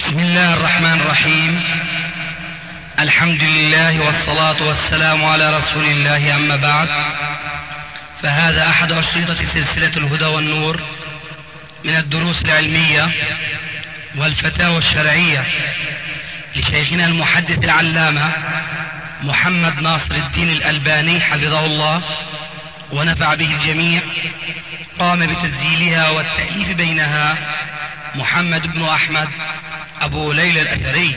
بسم الله الرحمن الرحيم. الحمد لله والصلاة والسلام على رسول الله، أما بعد، فهذا أحد أشرطة سلسلة الهدى والنور من الدروس العلمية والفتاوى الشرعية لشيخنا المحدث العلامة محمد ناصر الدين الألباني حفظه الله ونفع به الجميع. قام بتسجيلها والتأليف بينها محمد بن أحمد أبو ليلى الأثري.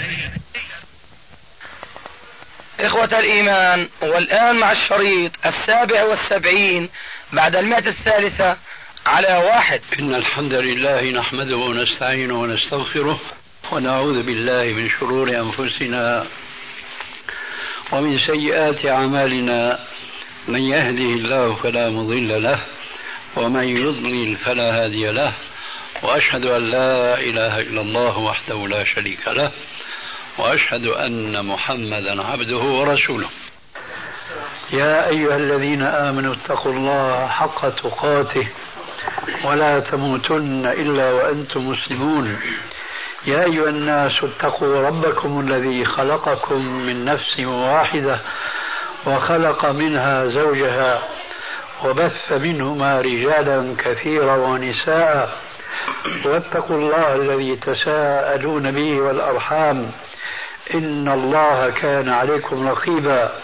إخوة الإيمان، والآن مع الشريط 77 بعد 100 على 1. إن الحمد لله نحمده ونستعينه ونستغفره ونعوذ بالله من شرور أنفسنا ومن سيئات أعمالنا. من يهده الله فلا مضل له ومن يضلل فلا هادي له، وأشهد أن لا إله إلا الله وحده لا شريك له، وأشهد أن محمدا عبده ورسوله. يا أيها الذين آمنوا اتقوا الله حق تقاته ولا تموتن إلا وأنتم مسلمون. يا أيها الناس اتقوا ربكم الذي خلقكم من نفس واحدة وخلق منها زوجها وبث منهما رجالا كثيرا ونساء، واتقوا الله الذي تساءلون به والأرحام إن الله كان عليكم رقيبا.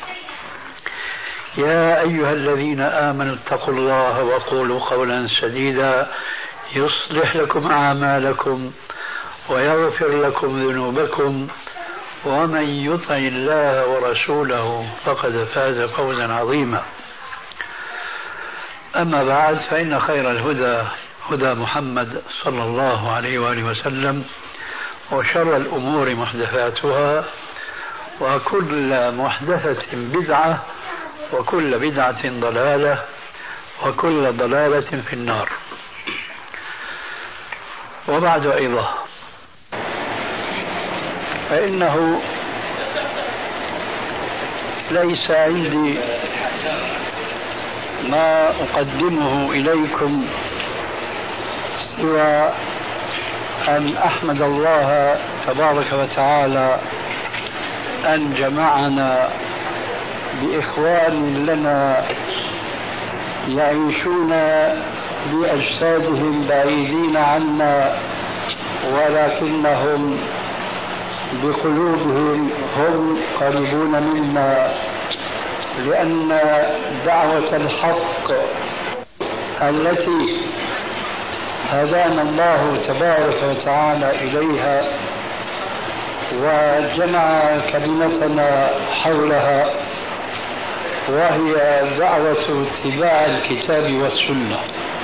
يا أيها الذين آمنوا اتقوا الله وقولوا قولا سديدا يصلح لكم أعمالكم ويغفر لكم ذنوبكم، ومن يطع الله ورسوله فقد فاز فوزا عظيما. أما بعد، فإن خير الهدى هدى محمد صلى الله عليه وآله وسلم، وشر الأمور محدثاتها، وكل محدثة بدعة، وكل بدعة ضلالة، وكل ضلالة في النار. وبعد أيضا، فإنه ليس عندي ما أقدمه إليكم سوى أن أحمد الله تبارك وتعالى أن جمعنا بإخوان لنا يعيشون بأجسادهم بعيدين عنا، ولكنهم بقلوبهم هم قريبون منا، لأن دعوة الحق التي هدانا الله تبارك وتعالى إليها وجمع كلمتنا حولها، وهي دعوة اتباع الكتاب والسنة.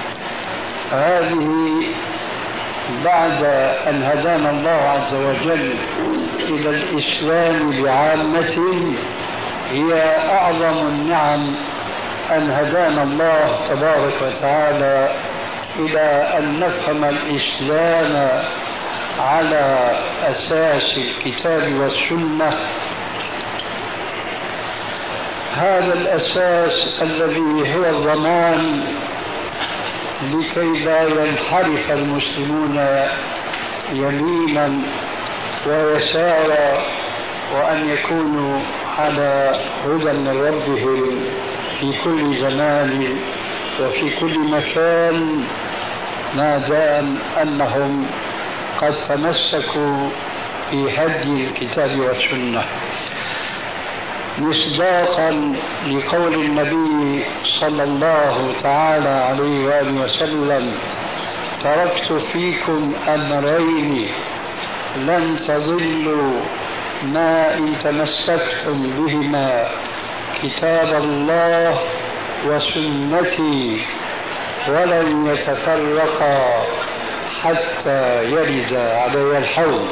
هذه بعد أن هدانا الله عز وجل إلى الإسلام بعامته هي أعظم النعم، أن هدانا الله تبارك وتعالى إلى أن نفهم الإسلام على أساس الكتاب والسنة. هذا الأساس الذي هو الضمان لكي لا ينحرف المسلمون يمينا ويسارا، وأن يكونوا على هدى من ربهم في كل زمان وفي كل مكان، ما دام أنهم قد تمسكوا بهدي الكتاب والسنة، مصداقا لقول النبي صلى الله تعالى عليه وآله وسلم: تركت فيكم أمرين لن تضلوا ما إن تمسكتم بهما، كتاب الله وسنتي، ولن يتفرقا حتى يرد علي الحوض.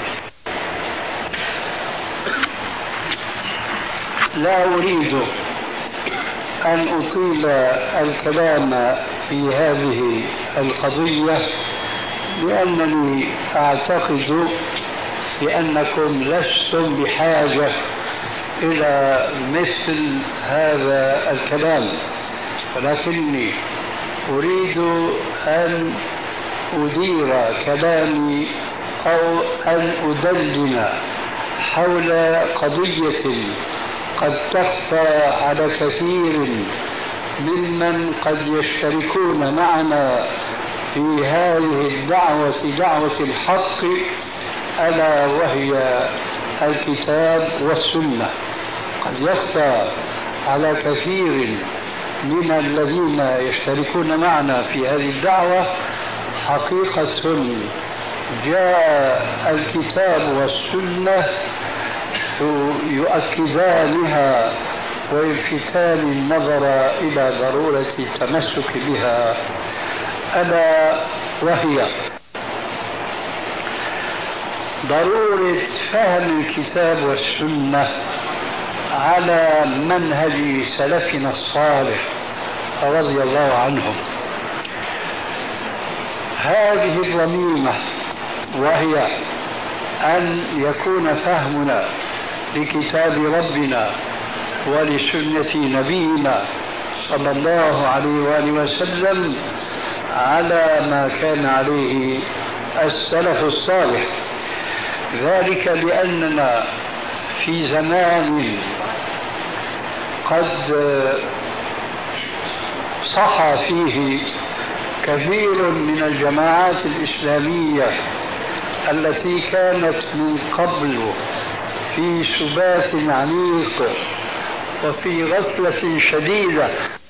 لا أريد أن أطيل الكلام في هذه القضية، لأنني أعتقد بأنكم لستم بحاجة إلى مثل هذا الكلام، ولكني أريد أن أدير كلامي أو أن أدلل حول قضية قد تخفى على كثير ممن قد يشتركون معنا في هذه الدعوة، دعوة الحق، ألا وهي الكتاب والسنة. قد يخفى على كثير من الذين يشتركون معنا في هذه الدعوة حقيقة جاء الكتاب والسنة يؤكدانها ويلفتان النظر إلى ضرورة التمسك بها، ألا وهي ضرورة فهم الكتاب والسنة على منهج سلفنا الصالح رضي الله عنهم. هذه الضميمة وهي أن يكون فهمنا لكتاب ربنا ولسنة نبينا صلى الله عليه وآله وسلم على ما كان عليه السلف الصالح. ذلك لأننا في زمان قد صح فيه كثير من الجماعات الإسلامية التي كانت من قبل في سبات عميق وفي غفلة شديدة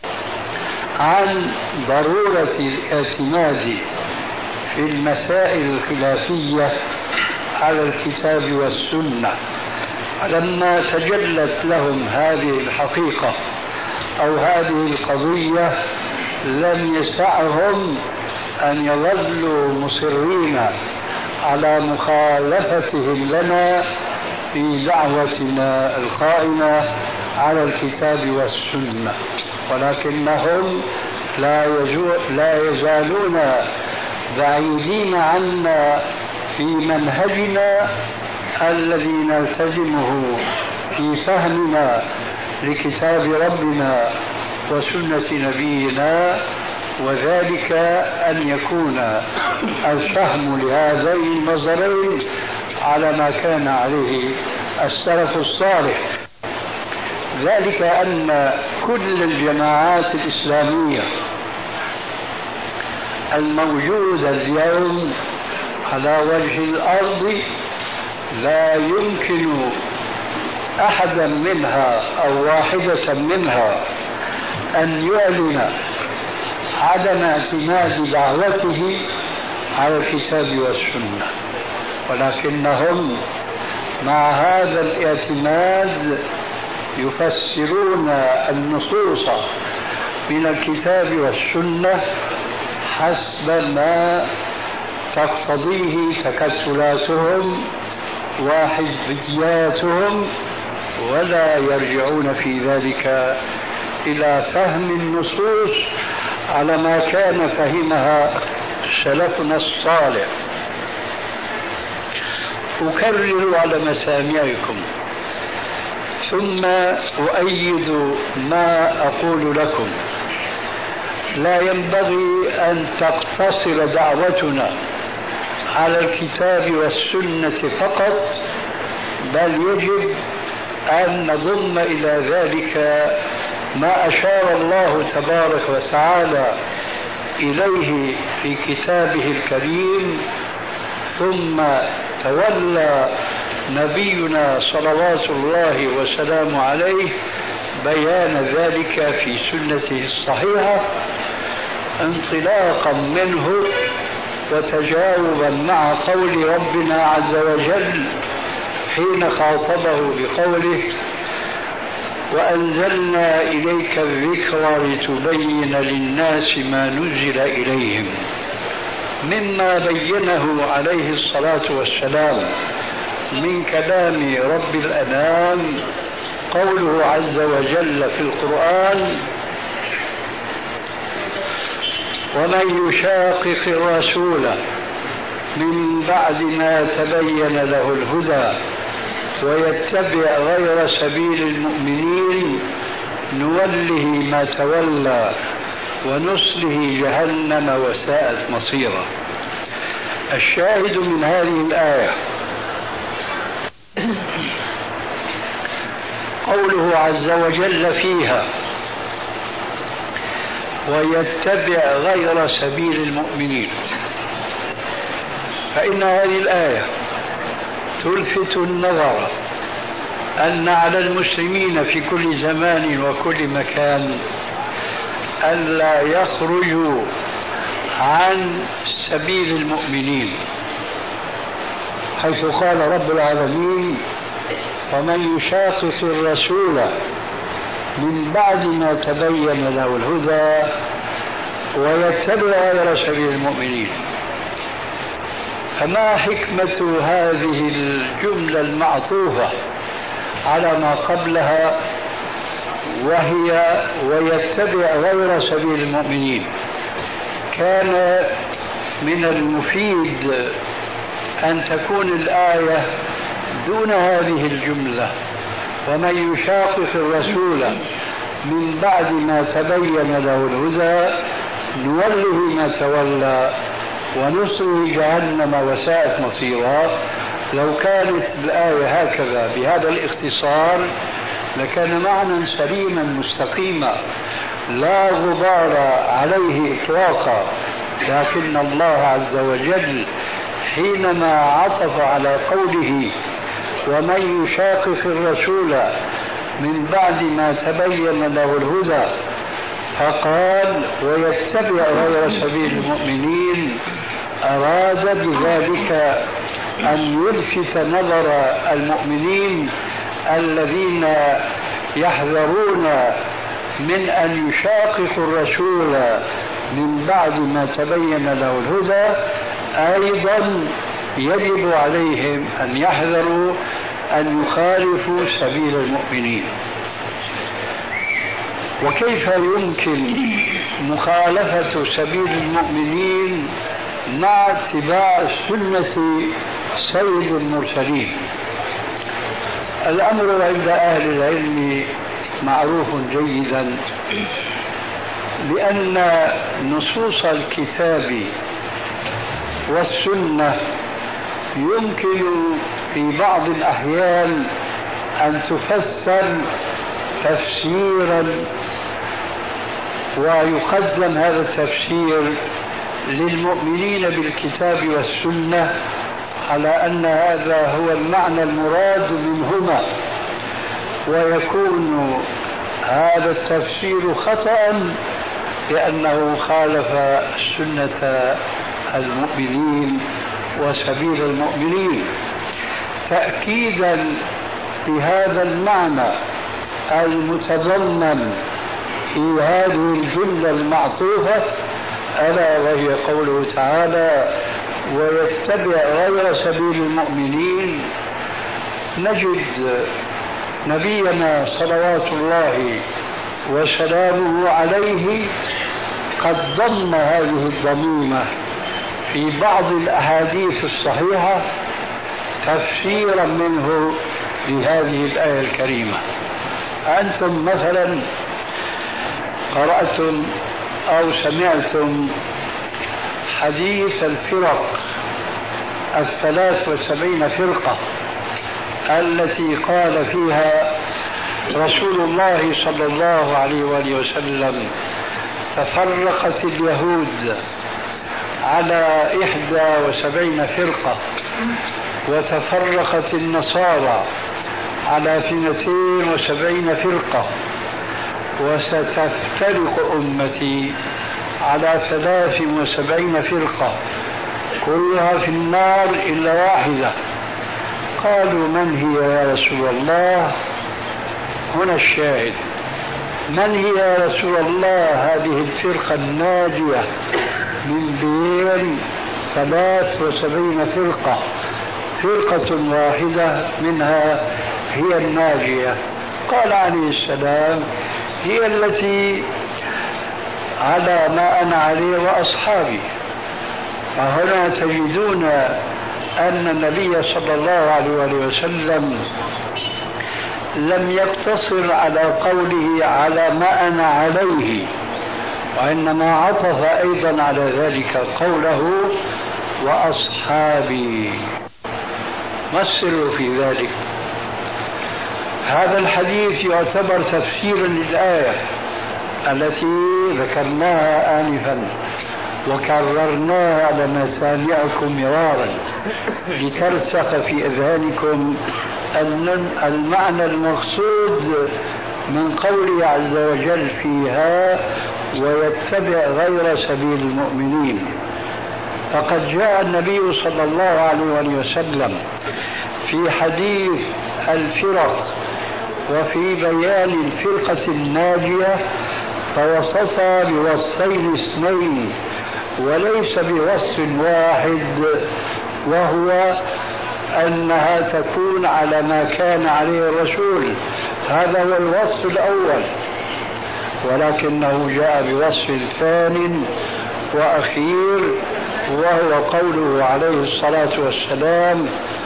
عن ضرورة الاعتماد في المسائل الخلافية على الكتاب والسنة. لما تجلت لهم هذه الحقيقة أو هذه القضية لم يسعهم أن يظلوا مصرين على مخالفتهم لنا في دعوتنا القائمة على الكتاب والسنة، ولكنهم لا يزالون بعيدين عنا في منهجنا الذي نلتزمه في فهمنا لكتاب ربنا وسنة نبينا، وذلك أن يكون الفهم لهذين النظرين على ما كان عليه السلف الصالح. ذلك أن كل الجماعات الإسلامية الموجودة اليوم على وجه الأرض لا يمكن أحدا منها أو واحدة منها أن يعلن عدم اعتماد دعوته على الكتاب والسنة، ولكنهم مع هذا الاعتماد يفسرون النصوص من الكتاب والسنة حسب ما تقتضيه تكتلاتهم وحزبياتهم، ولا يرجعون في ذلك إلى فهم النصوص على ما كان فهمها سلفنا الصالح. أكرر على مسامعكم ثم أؤيد ما أقول لكم: لا ينبغي أن تقتصر دعوتنا على الكتاب والسنة فقط، بل يجب أن نضم إلى ذلك ما أشار الله تبارك وتعالى إليه في كتابه الكريم، ثم تولى نبينا صلوات الله وسلامه عليه بيان ذلك في سنته الصحيحة، انطلاقا منه وتجاوبا مع قول ربنا عز وجل حين خاطبه بقوله: وأنزلنا إليك الذكر لتبين للناس ما نزل إليهم، مما بينه عليه الصلاة والسلام من كلام رب الأنام قوله عز وجل في القرآن: ومن يشاقق الرسول من بعد ما تبين له الهدى ويتبع غير سبيل المؤمنين نوله ما تولى ونصله جهنم وساءت مصيرا. الشاهد من هذه الآية قوله عز وجل فيها: ويتبع غير سبيل المؤمنين. فإن هذه الآية تلفت النظر أن على المسلمين في كل زمان وكل مكان ألا يخرجوا عن سبيل المؤمنين، حيث قال رب العالمين: ومن يشاقق الرسول من بعد ما تبين له الهدى ويتبع غير سبيل المؤمنين. فما حكمة هذه الجملة المعطوفة على ما قبلها وهي ويتبع غير سبيل المؤمنين؟ كان من المفيد أن تكون الآية دون هذه الجملة: ومن يشاقق الرسول من بعد ما تبين له الهدى نوله ما تولى ونصره جهنم وساءت مصيرا. لو كانت الآية هكذا بهذا الاختصار لكان معنى سليما مستقيما لا غبار عليه إطلاقا، لكن الله عز وجل حينما عطف على قوله ومن يشاقق الرسول من بعد ما تبين له الهدى فقال ويتبع غير سبيل المؤمنين، أراد بذلك أن يلفت نظر المؤمنين الذين يحذرون من أن يشاققوا الرسول من بعد ما تبين له الهدى، أيضا يجب عليهم أن يحذروا أن يخالفوا سبيل المؤمنين. وكيف يمكن مخالفة سبيل المؤمنين مع اتباع سنة سيد المرسلين؟ الأمر عند أهل العلم معروف جيدا، لأن نصوص الكتاب والسنة يمكن في بعض الأحيان أن تفسر تفسيرا ويقدم هذا التفسير للمؤمنين بالكتاب والسنة على أن هذا هو المعنى المراد منهما، ويكون هذا التفسير خطأ لأنه خالف سنة المؤمنين وسبيل المؤمنين. تأكيدا لهذا المعنى المتضمن في هذه الجملة المعطوفة ألا وهي قوله تعالى ويتبع غير سبيل المؤمنين، نجد نبينا صلوات الله وسلامه عليه قد ضم هذه الضميمة في بعض الأحاديث الصحيحة تفسيرا منه لهذه الآية الكريمة. أنتم مثلا قرأتم أو سمعتم حديث الفرق 73 فرقة التي قال فيها رسول الله صلى الله عليه وآله وسلم تفرقت اليهود على 71 فرقة وتفرقت النصارى على 72 فرقة وستفترق أمتي على 73 فرقة كلها في النار إلا واحدة. قالوا من هي يا رسول الله؟ هنا الشاهد، من هي يا رسول الله هذه الفرقة الناجية من بين 73 فرقة؟ فرقة واحدة منها هي الناجية. قال عليه السلام هي التي على ما أنا عليه وأصحابي. فهنا تجدون أن النبي صلى الله عليه وسلم لم يقتصر على قوله على ما أنا عليه، وإنما عطف أيضا على ذلك قوله وأصحابي وأصحابي. ما السر في ذلك؟ هذا الحديث يعتبر تفسيرا للآية التي ذكرناها آنفا وكررناها على مسامعكم مرارا لترسخ في أذهانكم أن المعنى المقصود من قوله عز وجل فيها ويتبع غير سبيل المؤمنين. فقد جاء النبي صلى الله عليه وسلم في حديث الفرق وفي بيان الفرقة الناجية فوصفها بوصفين اثنين وليس بوصف واحد، وهو أنها تكون على ما كان عليه الرسول، هذا هو الوصف الأول، ولكنه جاء بوصف ثاني وأخير وهو قوله عليه الصلاة والسلام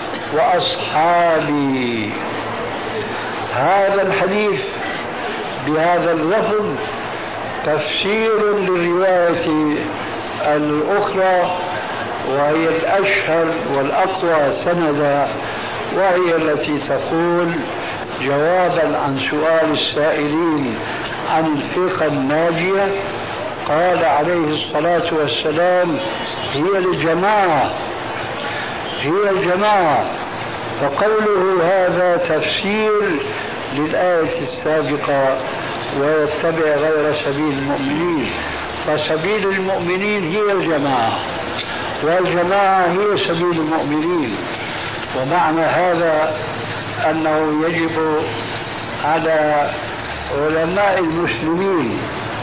وأصحابي. هذا الحديث بهذا اللفظ تفسير للرواية الأخرى وهي الأشهر والأقوى سندا، وهي التي تقول جوابا عن سؤال السائلين عن الفرقة الناجية قال عليه الصلاة والسلام هي الجماعة، هي الجماعة. فقوله هذا تفسير للآية السابقة ويتبع غير سبيل المؤمنين، فسبيل المؤمنين هي الجماعة والجماعة هي سبيل المؤمنين. ومعنى هذا أنه يجب على علماء المسلمين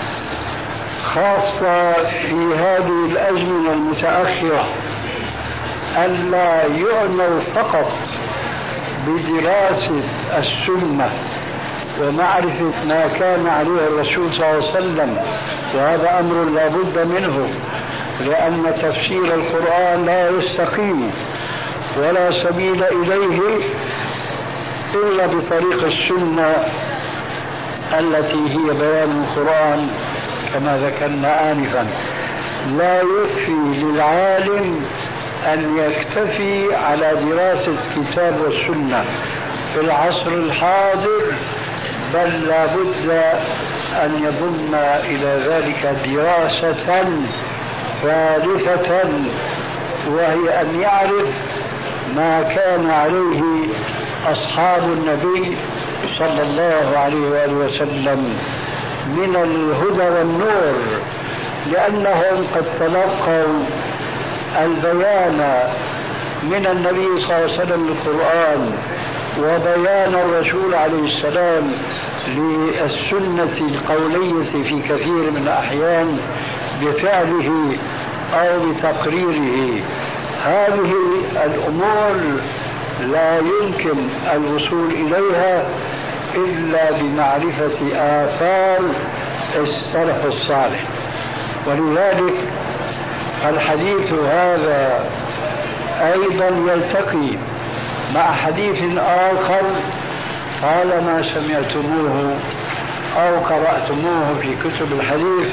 خاصة في هذه الأزمنة المتأخرة ألا يعنوا فقط بدراسة السنة ومعرفة ما كان عليه الرسول صلى الله عليه وسلم، وهذا أمر لا بد منه، لأن تفسير القرآن لا يستقيم ولا سبيل إليه إلا بطريق السنة التي هي بيان القرآن كما ذكرنا آنفا. لا يكفي للعالم أن يكتفي على دراسة الكتاب والسنة في العصر الحاضر، بل لا بد أن يضم إلى ذلك دراسة ثالثة، وهي أن يعرف ما كان عليه أصحاب النبي صلى الله عليه وآله وسلم من الهدى والنور، لأنهم قد تلقوا البيان من النبي صلى الله عليه وسلم للقرآن وبيان الرسول عليه السلام للسنة القولية في كثير من الأحيان بفعله أو بتقريره. هذه الأمور لا يمكن الوصول إليها إلا بمعرفة آثار السلف الصالح. ولذلك الحديث هذا أيضا يلتقي مع حديث آخر طالما سمعتموه أو قرأتموه في كتب الحديث،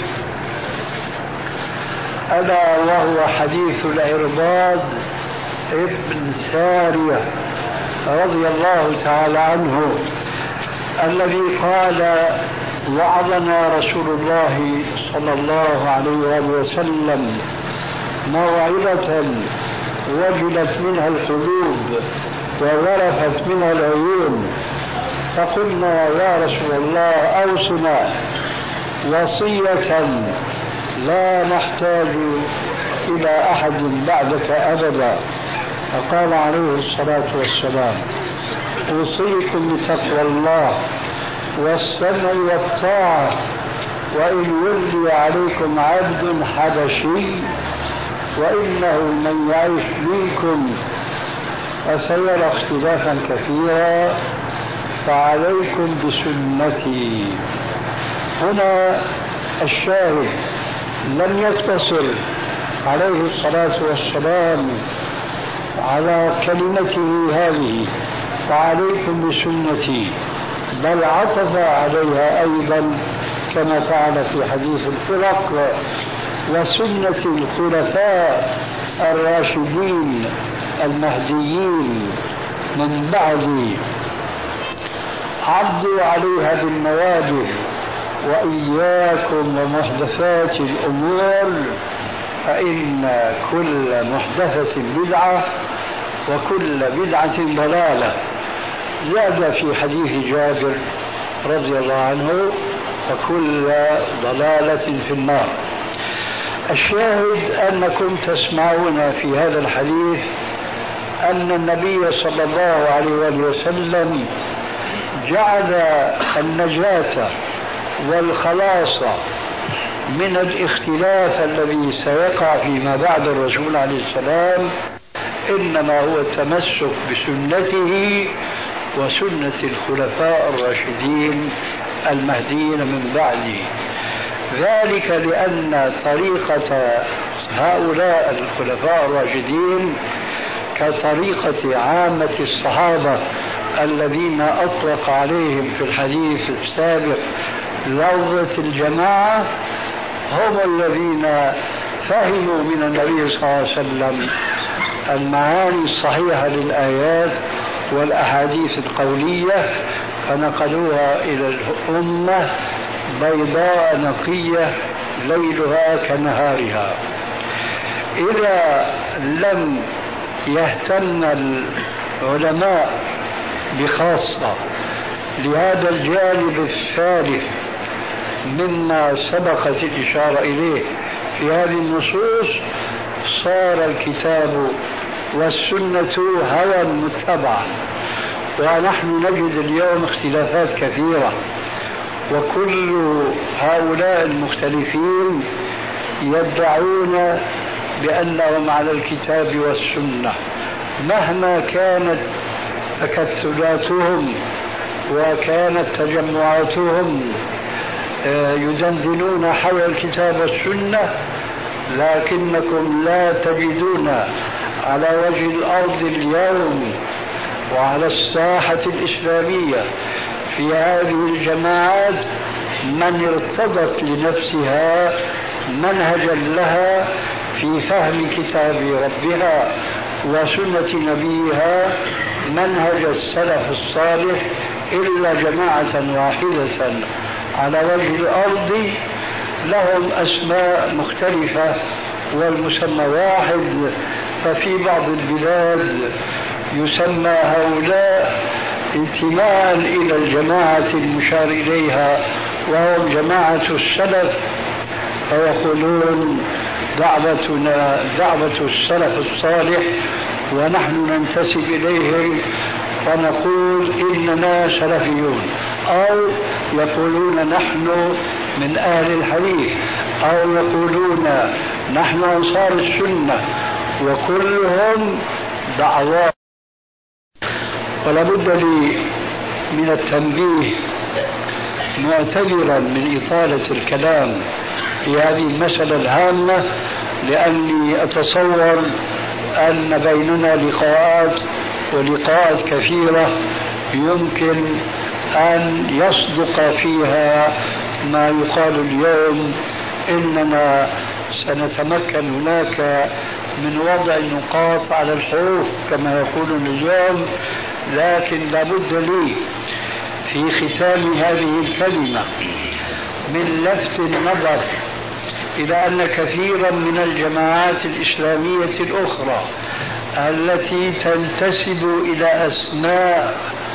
ألا وهو حديث العرباض ابن سارية رضي الله تعالى عنه الذي قال وعظنا رسول الله صلى الله عليه وآله وسلم موعظة وجلت منها القلوب وغرفت منها العيون، فقلنا يا رسول الله أوصنا وصية لا نحتاج إلى أحد بعدك أبدا. فقال عليه الصلاة والسلام أوصيكم بتقوى الله والسمع والطاعة، وإن ولي عليكم عبد حبشي وإنه من يعيش منكم فسيرى اختلافا كثيرا فعليكم بسنتي. هنا الشاهد لم يقتصر عليه الصلاة والسلام على كلمته هذه فعليكم بسنتي، بل عطف عليها أيضا كما فعل في حديث الفرق وسنة الخلفاء الراشدين المهديين من بعدي عضوا عليها بالنواجذ، وإياكم ومحدثات الأمور فإن كل محدثة بدعة وكل بدعة ضلالة. زاد في حديث جابر رضي الله عنه: وكل ضلالة في النار. الشاهد أنكم تسمعون في هذا الحديث أن النبي صلى الله عليه وسلم جعل النجاة والخلاص من الاختلاف الذي سيقع فيما بعد الرسول عليه السلام إنما هو التمسك بسنته وسنة الخلفاء الراشدين المهديين من بعده. ذلك لأن طريقة هؤلاء الخلفاء الراشدين كطريقة عامة الصحابة الذين أطلق عليهم في الحديث السابق لفظة الجماعة، هم الذين فهموا من النبي صلى الله عليه وسلم المعاني الصحيحة للآيات والأحاديث القولية فنقلوها إلى الأمة بيضاء نقية ليلها كنهارها. إذا لم يهتم العلماء بخاصة لهذا الجانب الثالث مما سبقت الإشارة إليه في هذه النصوص، صار الكتاب والسنة هوى متبعا. ونحن نجد اليوم اختلافات كثيرة، وكل هؤلاء المختلفين يدعون بأنهم على الكتاب والسنة، مهما كانت تكتلاتهم وكانت تجمعاتهم يدندنون حول الكتاب والسنة، لكنكم لا تجدون على وجه الأرض اليوم وعلى الساحة الإسلامية في هذه الجماعات من ارتضت لنفسها منهجا لها في فهم كتاب ربها وسنة نبيها منهج السلف الصالح إلا جماعة واحدة على وجه الأرض لهم أسماء مختلفة والمسمى واحد. ففي بعض البلاد يسمى هؤلاء انتماء إلى الجماعة المشار إليها وهم جماعة السلف، فيقولون دعوتنا دعوة السلف الصالح ونحن ننتسب إليهم فنقول إننا سلفيون، أو يقولون نحن من أهل الحديث، أو يقولون نحن أنصار السنة، وكلهم دعوات. ولا بد لي من التنبيه معتذرا من إطالة الكلام في هذه المسألة الهامة، لأني أتصور أن بيننا ولقاءات كثيرة يمكن أن يصدق فيها ما يقال اليوم إننا سنتمكن هناك من وضع النقاط على الحروف كما يقولون اليوم. لكن لابد لي في ختام هذه الكلمة من لفت النظر إلى أن كثيرا من الجماعات الإسلامية الأخرى التي تنتسب إلى أسماء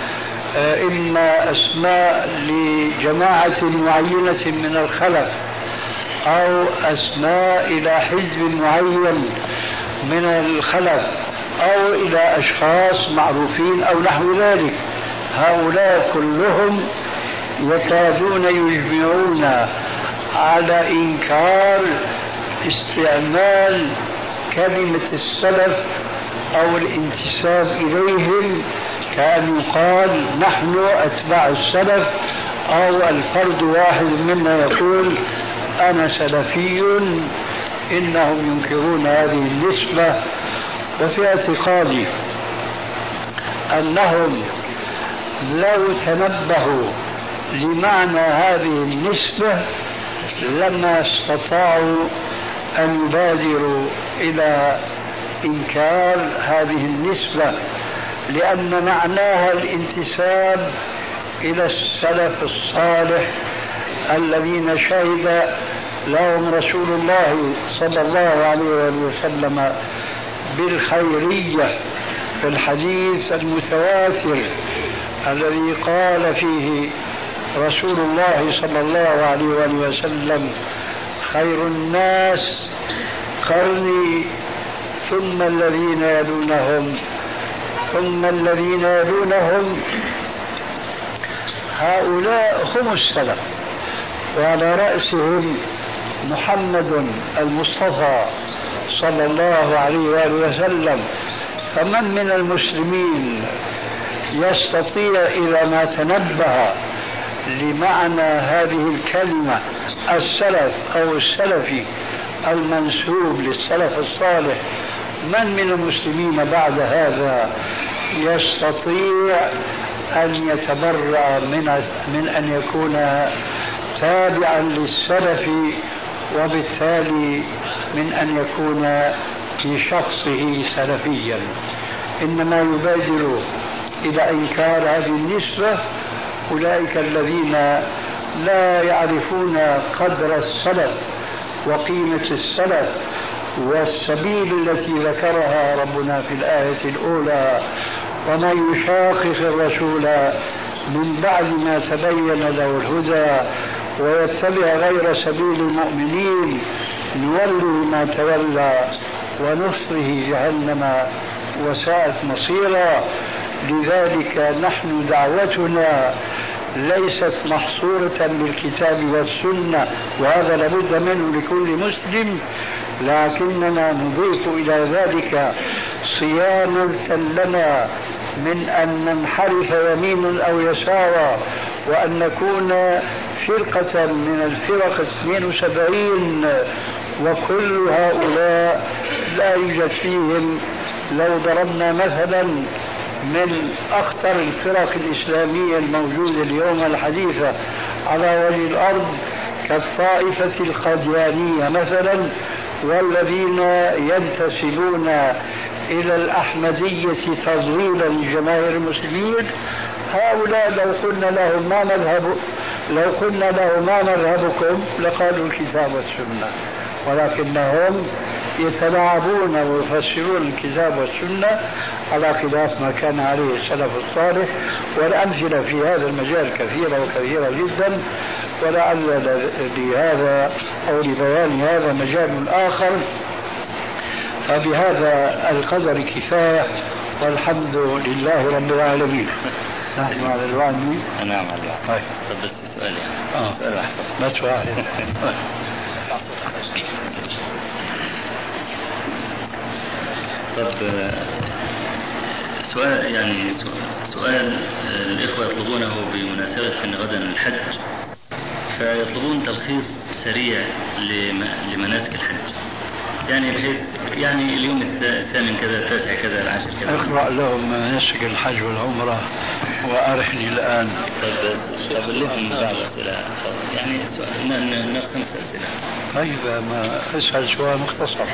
إما أسماء لجماعة معينة من الخلف أو أسماء إلى حزب معين من الخلف أو إلى أشخاص معروفين أو نحو ذلك، هؤلاء كلهم يكادون يجمعون على إنكار استعمال كلمة السلف أو الانتساب إليهم، كأن يقال نحن أتباع السلف، أو الفرد واحد منا يقول أنا سلفي. إنهم ينكرون هذه النسبة، وفي اعتقادي أنهم لو تنبهوا لمعنى هذه النسبة لما استطاعوا أن يبادروا إلى إنكار هذه النسبة، لأن معناها الانتساب إلى السلف الصالح الذين شهد لهم رسول الله صلى الله عليه وسلم بالخيرية في الحديث المتواتر الذي قال فيه رسول الله صلى الله عليه وسلم: خير الناس قرني ثم الذين يلونهم ثم الذين يلونهم. هؤلاء هم السلف، وعلى رأسهم محمد المصطفى صلى الله عليه وسلم. فمن من المسلمين يستطيع إذا ما تنبه لمعنى هذه الكلمة السلف أو السلفي المنسوب للسلف الصالح، من من المسلمين بعد هذا يستطيع أن يتبرأ من أن يكون تابعا للسلف، وبالتالي من أن يكون في شخصه سلفيا؟ إنما يبادر إلى إنكار هذه النسبة أولئك الذين لا يعرفون قدر السلف وقيمة السلف والسبيل التي ذكرها ربنا في الآية الأولى: ومن يشاقق الرسول من بعد ما تبين له الهدى ويتبع غير سبيل المؤمنين نوله ما تولى ونصره جهنم وساءت مصيرا. لذلك نحن دعوتنا ليست محصورة بالكتاب والسنة، وهذا لابد منه لكل مسلم، لكننا نضيف إلى ذلك صيانة لنا من أن ننحرف يمينا أو يسارا، وأن نكون فرقة من الفرق 72، وكل هؤلاء لا يوجد فيهم. لو ضربنا مثلا من أخطر الفرق الإسلامية الموجودة اليوم الحديثة على وجه الأرض كالطائفة القاديانية مثلا، والذين ينتسبون إلى الأحمدية تضليلا لجماهير المسلمين، هؤلاء لو قلنا لهم ما مذهبكم لقالوا الكتاب والسنة، ولكنهم يتلاعبون ويفسرون الكتاب والسنة على خلاف ما كان عليه السلف الصالح. والأمثلة في هذا المجال كثيرة وكثيرة جدا، ولعل لهذا أو لبيان هذا مجال آخر. فبهذا القدر كفاية، والحمد لله رب العالمين. نحن على الوعد. نعم على الوعد. طيب بس سؤال يعني. سؤال واحد بس واحد. طب سؤال يعني سؤال الإخوة يطلبونه بمناسبة أن غدا الحج، فيطلبون تلخيص سريع لمناسك الحج، يعني بحيث يعني اليوم الثامن كذا، التاسع كذا، العاشر كذا. اقرأ لهم مناسك الحج والعمرة وأرحني الآن. طب لهم بعض أسئلة يعني نخمس أسئلة. طيب ما اسأل سؤال مختصر.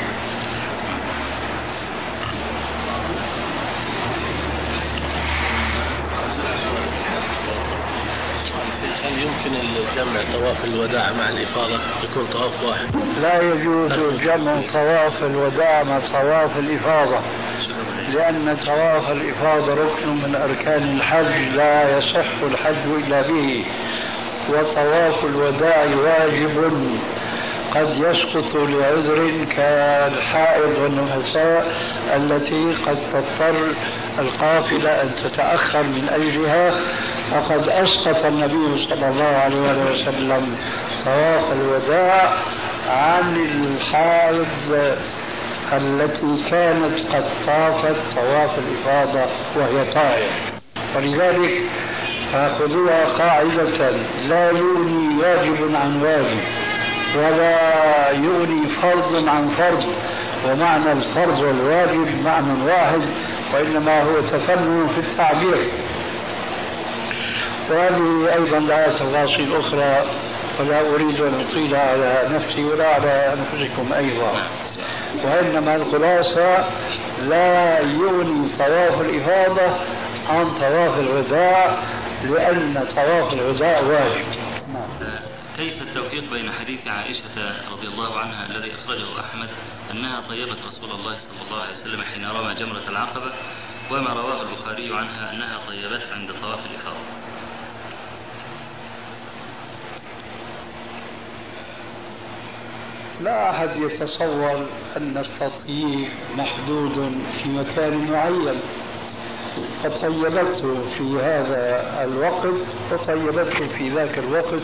هل يمكن الجمع طواف الوداع مع الإفاضة يكون طواف واحد؟ لا يجوز جمع طواف الوداع مع طواف الإفاضة، لأن طواف الإفاضة ركن من أركان الحج لا يصح الحج إلا به، وطواف الوداع واجب قد يسقط لعذر كالحائض والنفساء التي قد تضطر القافلة أن تتأخر من أجلها، فقد أسقط النبي صلى الله عليه وسلم طواف الوداع عن الحائض التي كانت قد طافت طواف الإفاضة وهي طائر. ولذلك فخذوها قاعدة: لا يغني واجب عن واجب، ولا يغني فرض عن فرض، ومعنى الفرض والواجب معنى واحد، وإنما هو تفنن في التعبير. وهذه أيضا لها تفاصيل أخرى، ولا أريد أن أطيل على نفسي ولا على أنفسكم أيضا. وإنما الخلاصة لا يغني طواف الإفاضة عن طواف الوداع، لأن طواف الوداع واجب. كيف التوفيق بين حديث عائشة رضي الله عنها الذي أخرجه أحمد أنها طيبت رسول الله صلى الله عليه وسلم حين رمى جمرة العقبة، وما رواه البخاري عنها أنها طيبته عند طواف الإفاضة؟ لا أحد يتصور أن التطييب محدود في مكان معين، فطيبته في هذا الوقت وطيبته في ذاك الوقت.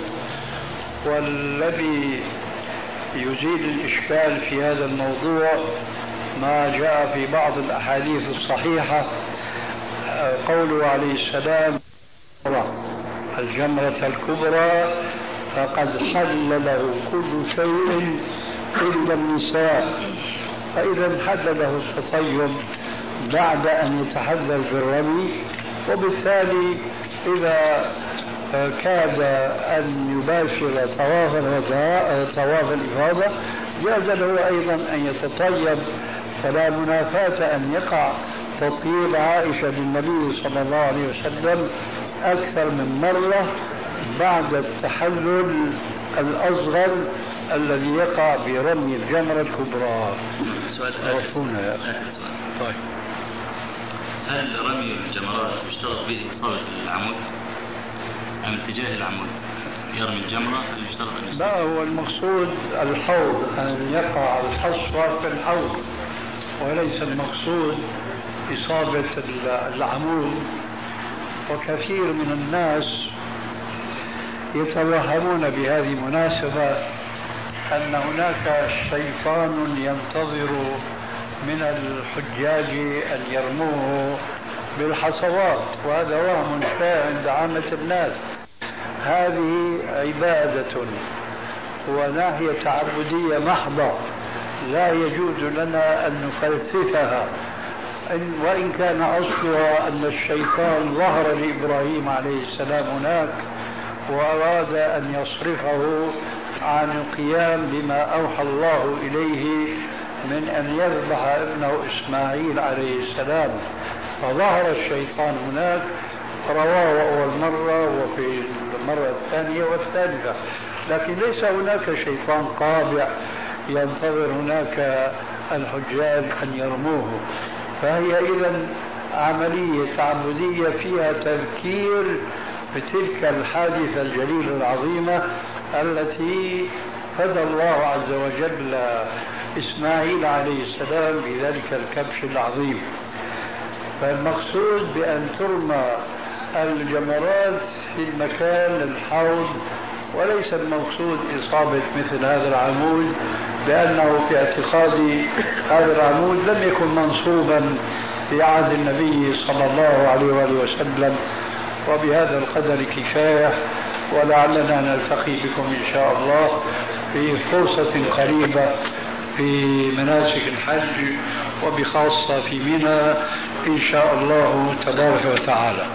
والذي يزيل الإشكال في هذا الموضوع ما جاء في بعض الأحاديث الصحيحة، قوله عليه السلام: الجمرة الكبرى فقد حل له كل شيء إلا النساء. فإذا حل له التطيب بعد أن يتحلل بالرمي، وبالتالي إذا كاد أن يباشر طواف الإفاضة جاز له أيضا أن يتطيب، فلا منافاة أن يقع تطيب عائشة بالنبي صلى الله عليه وسلم أكثر من مرة بعد التحلل الأصغر الذي يقع برمي الجمرة الكبرى. سؤال طيب، هل رمي الجمرات يشترط به إصابة العمود أم اتجاه العمود؟ يرمي الجمرة هل يشترط أن لا، هو المقصود الحوض، أن يقع الحصوة في الحوض، وليس المقصود إصابة العمود. وكثير من الناس يتوهمون بهذه المناسبة أن هناك شيطان ينتظر من الحجاج أن يرموه بالحصوات، وهذا وهم شائع عند عامة الناس. هذه عبادة وناحية تعبدية محضة، لا يجوز لنا أن نفلسفها، وإن كان أصلها أن الشيطان ظهر لإبراهيم عليه السلام هناك وأراد أن يصرفه عن القيام بما أوحى الله إليه من أن يذبح ابنه إسماعيل عليه السلام، فظهر الشيطان هناك، رواه أول مرة وفي المرة الثانية والثالثة، لكن ليس هناك شيطان قابع ينتظر هناك الحجاج أن يرموه. فهي إذن عملية تعبدية فيها تذكير بتلك الحادثة الجليلة العظيمة التي هدى الله عز وجل إسماعيل عليه السلام بذلك الكبش العظيم. فالمقصود بأن ترمى الجمرات في المكان الحوض، وليس المقصود إصابة مثل هذا العمود، لأنه في اعتقادي هذا العمود لم يكن منصوبا في عهد النبي صلى الله عليه وآله وسلم. وبهذا القدر كفاية، ولعلنا نلتقي بكم إن شاء الله في فرصة قريبة في مناسك الحج، وبخاصة في منى إن شاء الله تبارك وتعالى.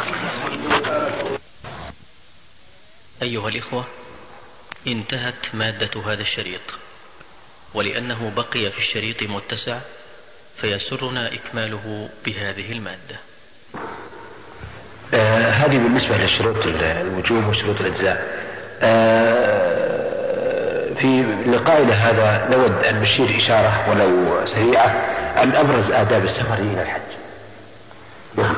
أيها الإخوة، انتهت مادة هذا الشريط، ولأنه بقي في الشريط متسع فيسرنا إكماله بهذه المادة. هذه بالنسبة لشروط الوجوب وشروط الأجزاء. في لقائنا هذا نود أن نشير إشارة ولو سريعة عن أبرز آداب السفر إلى الحج. نعم،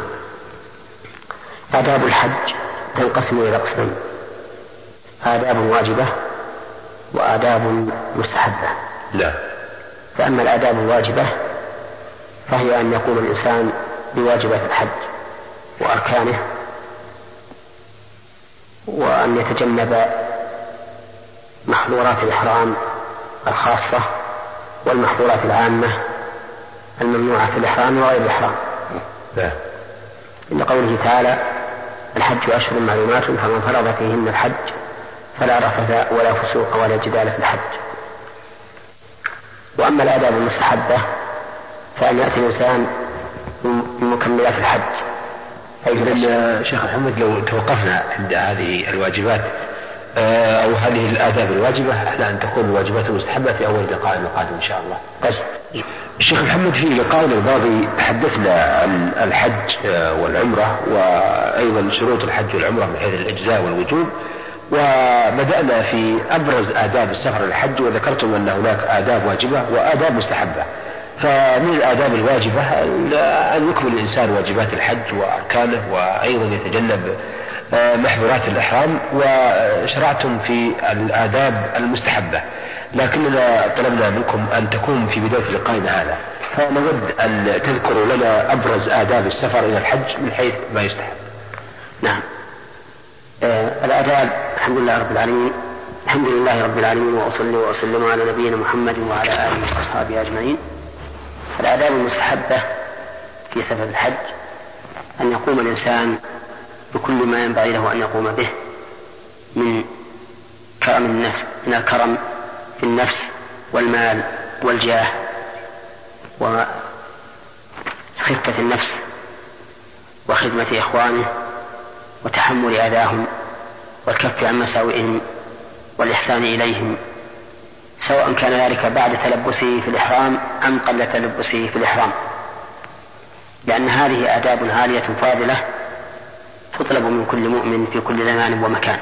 آداب الحج تنقسم إلى قسمين: آداب واجبة وآداب مستحبة. لا. فأما الآداب الواجبة فهي أن يقوم الإنسان بواجبات الحج وأركانه، وأن يتجنب محظورات الإحرام الخاصة والمحظورات العامة الممنوعة في الإحرام وغير الإحرام. إن قوله تعالى: الحج أشهر معلومات فمن فرض فيهن الحج فلا رفث ولا فسوق ولا جدال في الحج. وأما الآداب المستحبة فأن يأتي الإنسان بمكملات الحج. أيضا شيخ محمد، لو توقفنا عند هذه الواجبات أو هذه الآداب الواجبة على أن تكون الواجبات المستحبة في أول لقاء القادم إن شاء الله. الشيخ محمد، في لقائنا الماضي تحدثنا عن الحج والعمرة وأيضا شروط الحج والعمرة من حيث الإجزاء والوجوب، وبدأنا في أبرز آداب السفر للحج، وذكرتم أن هناك آداب واجبة وآداب مستحبة. فمن الآداب الواجبة أن يكمل الإنسان واجبات الحج وأركانه، وأيضا يتجنب محظورات الإحرام، وشرعتم في الآداب المستحبة، لكننا طلبنا منكم أن تكون في بداية لقائنا هذا، فنود أن تذكروا لنا أبرز آداب السفر إلى الحج من حيث ما يستحب. نعم. الآداب، الحمد لله رب العالمين، الحمد لله رب العالمين، وأصلي وأسلم على نبينا محمد وعلى آله وأصحابه أجمعين. الآداب المستحبة في سفر الحج أن يقوم الإنسان بكل ما ينبغي له أن يقوم به من كرم النفس، من الكرم في النفس والمال والجاه وخفة النفس وخدمة إخوانه وتحمل أذاهم والكف عن مساوئهم والإحسان إليهم، سواء كان ذلك بعد تلبسه في الإحرام أم قبل تلبسه في الإحرام، لأن هذه آداب عالية فاضلة تطلب من كل مؤمن في كل زمان ومكان.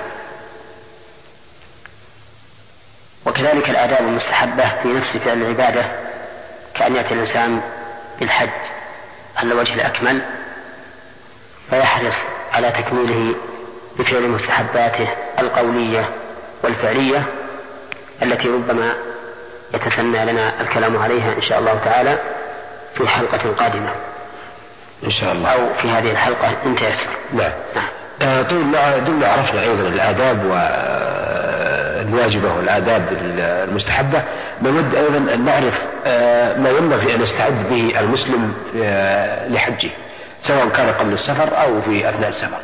وكذلك الآداب المستحبة في نفس فعل العبادة، كأن يأتي الإنسان بالحج على وجه الأكمل فيحرص على تكميله بفعل مستحباته القولية والفعلية التي ربما يتسنى لنا الكلام عليها إن شاء الله تعالى في حلقة قادمة إن شاء الله، أو في هذه الحلقة إن تيسر. نعم. دمنا عرفنا أيضا الآداب والواجبة والآداب المستحبة، نود أيضا أن نعرف ما ينبغي أن يستعد به المسلم لحجه، سواء كان قبل السفر أو في أثناء السفر.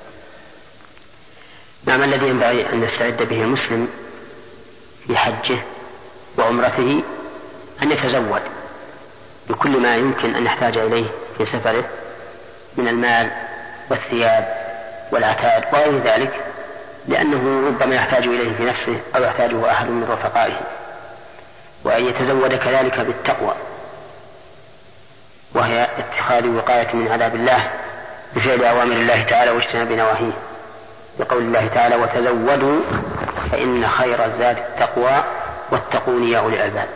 نعم. الذي ينبغي أن يستعد به المسلم في حجه وعمرته أن يتزود بكل ما يمكن أن يحتاج إليه في سفره من المال والثياب والعتاد وغير ذلك، لأنه ربما يحتاج إليه في نفسه أو يحتاجه أحد من رفقائه، وأن يتزود كذلك بالتقوى، وهي اتخاذ وقاية من عذاب الله بفعل أوامر الله تعالى واجتناب نواهيه، بقول الله تعالى: وتزودوا فإن خير الزاد التقوى واتقون يا أولي الألباب.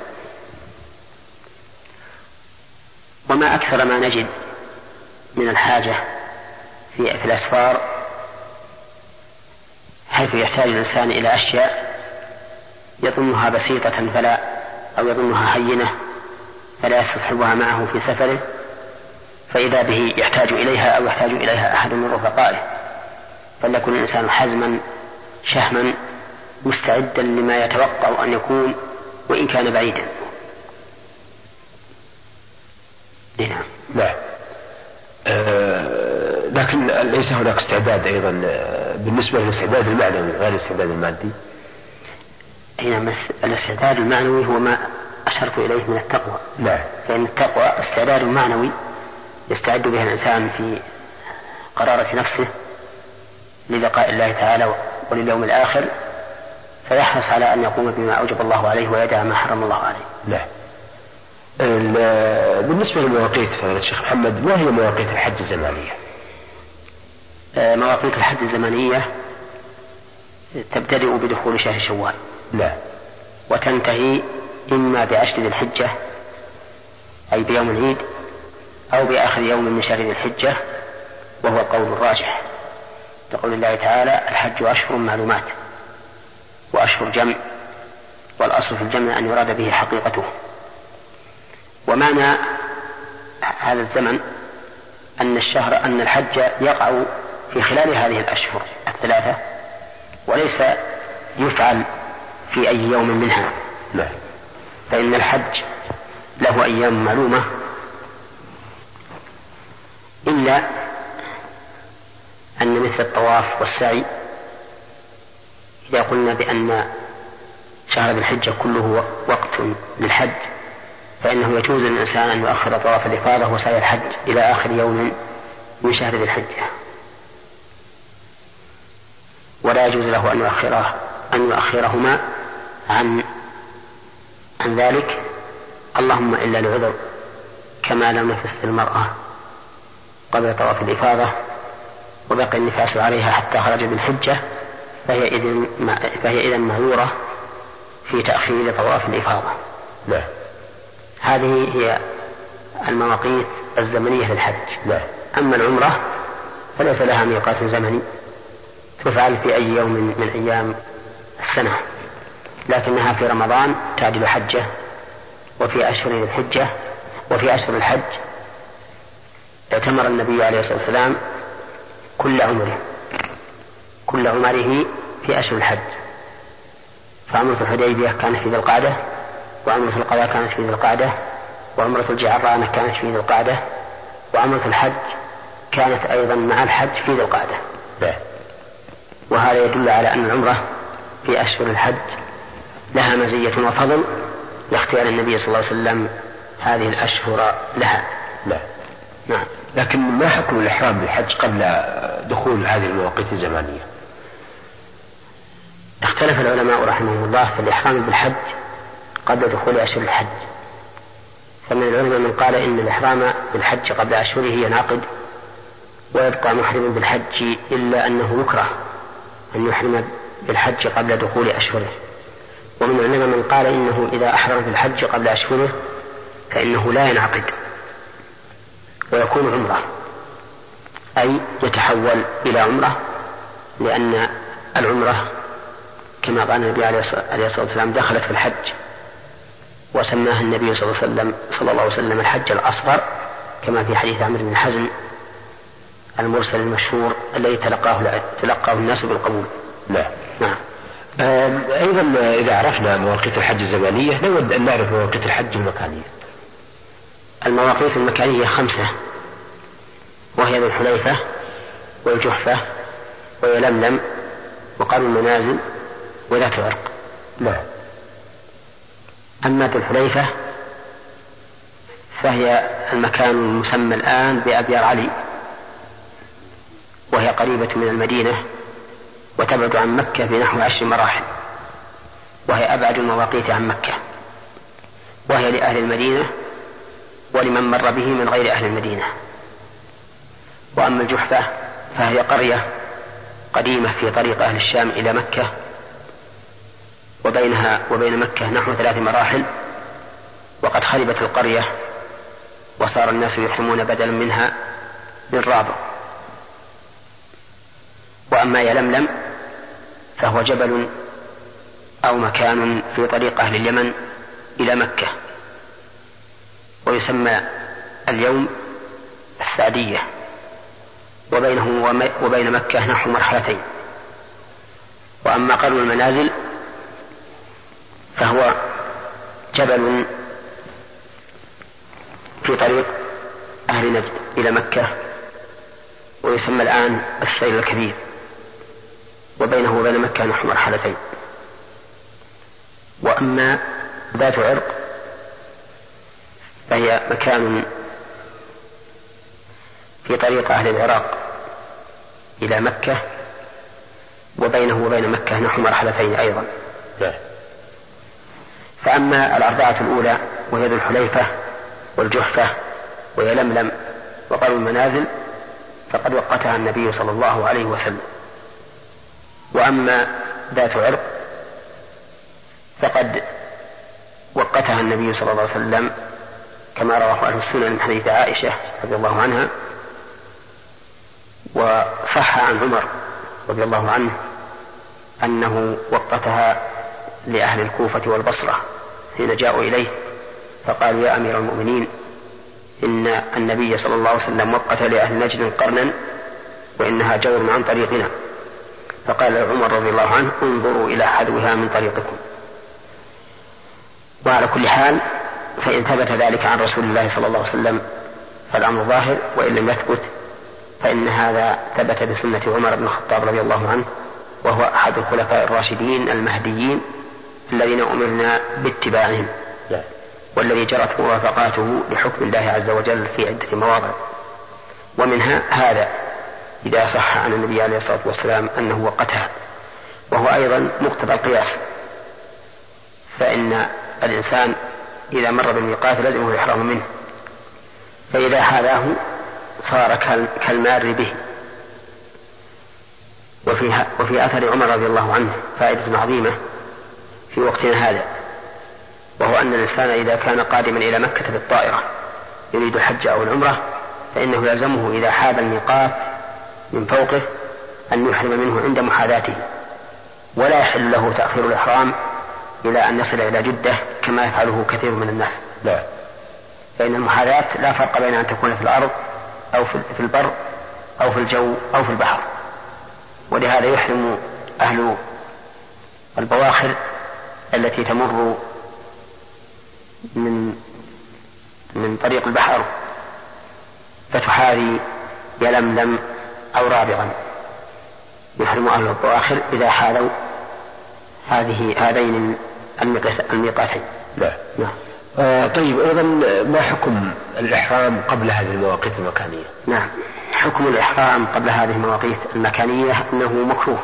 وما أكثر ما نجد من الحاجة في الأسفار، حيث يحتاج الإنسان إلى أشياء يظنها بسيطة أو يظنها هينة فلا يستصحبها معه في سفره، فإذا به يحتاج إليها أو يحتاج إليها أحد من رفقائه، فليكن الإنسان حزما شهما مستعدا لما يتوقع أن يكون وإن كان بعيدا. نعم. لكن ليس هناك استعداد أيضا بالنسبة للاستعداد المعنوي غير الاستعداد المادي. نعم. الاستعداد المعنوي هو ما أشرت إليه من التقوى. نعم. فإن التقوى استعداد معنوي يستعد به الإنسان في قرارة نفسه للقاء الله تعالى ولليوم الآخر، فيحرص على أن يقوم بما أوجب الله عليه ويدع ما حرم الله عليه. نعم. بالنسبة للمواقيت فضيلة الشيخ محمد، ما هي مواقيت الحج الزمانية؟ مواقيت الحج الزمانية تبتدئ بدخول شهر شوال. نعم. وتنتهي إما بعشر ذي الحجة أي بيوم العيد، أو بآخر يوم من شهر ذي الحجة، وهو القول الراجح لقول الله تعالى: الحج أشهر معلومات، وأشهر جمع، والأصل في الجمع أن يراد به حقيقته. ومعنى هذا الزمن أن الحج يقع في خلال هذه الأشهر الثلاثة، وليس يفعل في أي يوم منها. لا. فإن الحج له أيام معلومة، إلا أن مثل الطواف والسعي إذا قلنا بأن شهر ذي الحجة كله وقت للحج، فإنه يجوز للإنسان أن يؤخر طواف الإفاضة وسعي الحج إلى آخر يوم من شهر ذي الحجة. ولا يجوز له أن يؤخرهما عن ذلك، اللهم إلا لعذر، كما لم نفس المرأة قبل طواف الإفاضة وبقي النفاس عليها حتى خرج بالحجة، فهي إذن معذورة في تأخير طواف الإفاضة. لا. هذه هي المواقيت الزمنية للحج. لا. أما العمرة فليس لها ميقات زمني، تفعل في أي يوم من أيام السنة، لكنها في رمضان تعدل حجة، وفي أشهر الحجة وفي أشهر الحج اعتمر النبي عليه الصلاة والسلام كل عمره في أشهر الحج، فعمرة الحديبية كانت في ذي القعدة، وعمرة القضاء كانت في ذي القعدة، وعمرة الجعرانة كانت في ذي القعدة، وعمرة الحج كانت أيضا مع الحج في ذي القعدة. وهذا يدل على أن العمرة في أشهر الحج لها مزية وفضل لاختيار النبي صلى الله عليه وسلم هذه الأشهر لها. لا. نعم. لكن ما حكم الإحرام بالحج قبل دخول هذه المواقيت الزمانية؟ اختلف العلماء رحمهم الله في الإحرام بالحج قبل دخول أشهر الحج، فمن العلماء من قال إن الإحرام بالحج قبل أشهره ينعقد ويبقى محرم بالحج، إلا أنه يكره أن يحرم بالحج قبل دخول أشهره. ومن العلماء من قال إنه إذا أحرم بالحج قبل أشهره فإنه لا ينعقد ويكون عمرة، أي يتحول إلى عمرة، لأن العمرة كما قال النبي عليه الصلاة والسلام دخلت في الحج، وسماها النبي صلى الله عليه وسلم الحج الأصغر، كما في حديث عمرو بن حزم المرسل المشهور الذي تلقاه الناس بالقبول. لا. نعم. أيضا إذا عرفنا مواقيت الحج الزمانية نود أن نعرف مواقيت الحج المكانية. المواقيت المكانية 5، وهي ذو الحليفة والجحفة ويلملم وقرن المنازل وذات عرق. لا. أما ذو الحليفة فهي المكان المسمى الآن بأبيار علي، وهي قريبة من المدينة وتبعد عن مكة بنحو 10 مراحل، وهي أبعد المواقيت عن مكة، وهي لأهل المدينة ولمن مر به من غير أهل المدينة. وأما الجحفة فهي قرية قديمة في طريق أهل الشام إلى مكة، وبينها وبين مكة نحو 3 مراحل، وقد خربت القرية وصار الناس يحرمون بدلا منها من رابع. وأما يلملم فهو جبل أو مكان في طريق أهل اليمن إلى مكة، ويسمى اليوم السعدية، وبينه وبين مكة نحو مرحلتين. وأما قرن المنازل فهو جبل في طريق أهل نجد إلى مكة، ويسمى الآن السيل الكبير، وبينه وبين مكة نحو مرحلتين. وأما ذات عرق فهي مكان في طريق أهل العراق إلى مكة، وبينه وبين مكة نحو مرحلتين أيضا. فأما 4 الأولى وهي ذو الحليفة والجحفة ويلملم وقرن المنازل فقد وقتها النبي صلى الله عليه وسلم. وأما ذات عرق فقد وقتها النبي صلى الله عليه وسلم كما رواه أهل السنن من حديث عائشة رضي الله عنها، وصح عن عمر رضي الله عنه أنه وقتها لأهل الكوفة والبصرة حين جاءوا إليه فقالوا يا أمير المؤمنين إن النبي صلى الله عليه وسلم وقت لأهل نجد قرنا وإنها جور عن طريقنا. فقال عمر رضي الله عنه انظروا إلى حذوها من طريقكم. وعلى كل حال فإن ثبت ذلك عن رسول الله صلى الله عليه وسلم فالأمر ظاهر، وإن لم يثبت فإن هذا ثبت بسنة عمر بن الخطاب رضي الله عنه، وهو أحد الخلفاء الراشدين المهديين الذين أمرنا باتباعهم، والذي جرت موافقاته لحكم الله عز وجل في عدة مواضع. ومنها هذا إذا صح عن النبي عليه الصلاة والسلام أنه وقتها وهو أيضا مقتضى القياس، فإن الإنسان إذا مر بالميقات لزمه الإحرام منه، فإذا حاذاه صار كالمار به. وفي أثر عمر رضي الله عنه فائدة عظيمة في وقتنا هذا، وهو أن الإنسان إذا كان قادما إلى مكة بالطائرة يريد الحج أو العمرة فإنه يلزمه إذا حاذ الميقات من فوقه أن يحرم منه عند محاذاته، ولا يحل له تأخير الإحرام إلى أن يصل إلى جدة كما يفعله كثير من الناس. لا، فإن المحاذاة لا فرق بين أن تكون في الأرض أو في البر أو في الجو أو في البحر، ولهذا يحرم أهل البواخر التي تمر من طريق البحر فتحاذي يلملم أو رابغا، يحرم أهل البواخر إذا حاذوا هذين الميقاتين. لا. طيب، أيضا ما حكم الإحرام قبل هذه المواقيت المكانية؟ نعم، حكم الإحرام قبل هذه المواقيت المكانية أنه مكروه،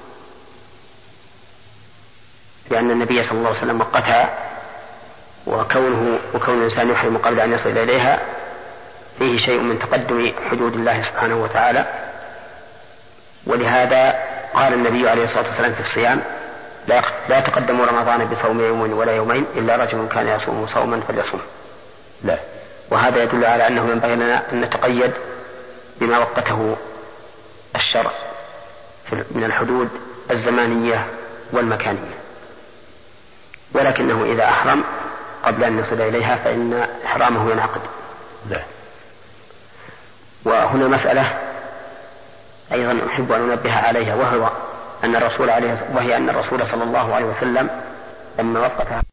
لأن النبي صلى الله عليه وسلم وقتها، وكون الإنسان يحرم قبل أن يصل إليها فيه شيء من تقدم حدود الله سبحانه وتعالى. ولهذا قال النبي عليه الصلاة والسلام في الصيام: لا تقدموا رمضان بصوم يوم ولا يومين إلا رجل كان يصوم صوما فليصوم. لا، وهذا يدل على أنه ينبغي لنا أن نتقيد بما وقته الشرع من الحدود الزمانية والمكانية، ولكنه إذا أحرم قبل أن يصل إليها فإن إحرامه ينعقد. لا. وهنا مسألة أيضا أحب أن أنبه عليها، وهي أن الرسول صلى الله عليه وسلم لما وقتها